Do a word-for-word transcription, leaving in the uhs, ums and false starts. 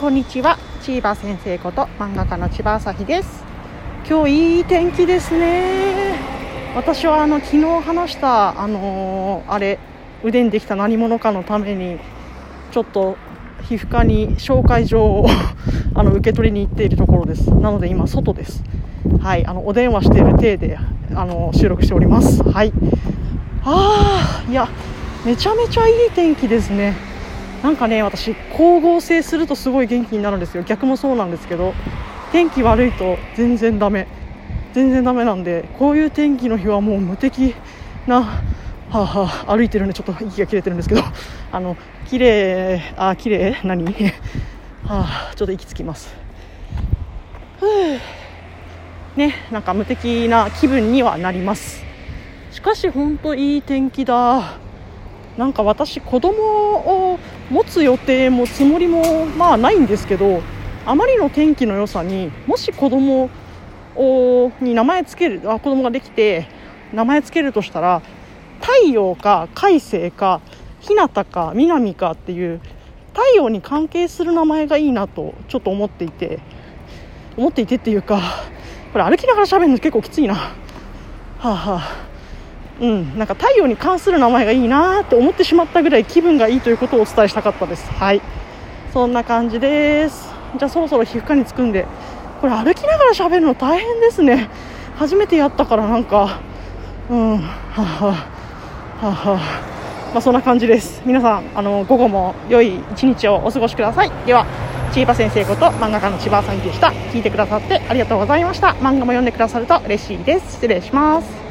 こんにちは。千葉先生こと漫画家の千葉朝日です。今日いい天気ですね。私はあの昨日話したあのー、あれ腕にできた何者かのためにちょっと皮膚科に紹介状をあの受け取りに行っているところです。なので今外です。はい、あのお電話している体であの収録しております。はい。あー、いやめちゃめちゃいい天気ですね。なんかね、私光合成するとすごい元気になるんですよ。逆もそうなんですけど、天気悪いと全然ダメ全然ダメなんで、こういう天気の日はもう無敵な、はあはあ、歩いてるんでちょっと息が切れてるんですけど、あの綺麗あ綺麗何はあ、ちょっと息つきます。ふうね、なんか無敵な気分にはなります。しかし本当いい天気だ。なんか私子供を持つ予定もつもりもまあないんですけど、あまりの天気の良さに、もし子供をに名前つけるあ子供ができて名前つけるとしたら、太陽か海星か日向か南かっていう太陽に関係する名前がいいなとちょっと思っていて思っていてっていうか、これ歩きながら喋るの結構きついな。はあはあうん、なんか太陽に関する名前がいいなって思ってしまったぐらい気分がいいということをお伝えしたかったです。はい、そんな感じです。じゃあそろそろ皮膚科に着くんで、これ歩きながら喋るの大変ですね。初めてやったからなんかうんはあはあはあはあ、まあそんな感じです。皆さんあの午後も良い一日をお過ごしください。では千葉先生こと漫画家の千葉さんでした。聞いてくださってありがとうございました。漫画も読んでくださると嬉しいです。失礼します。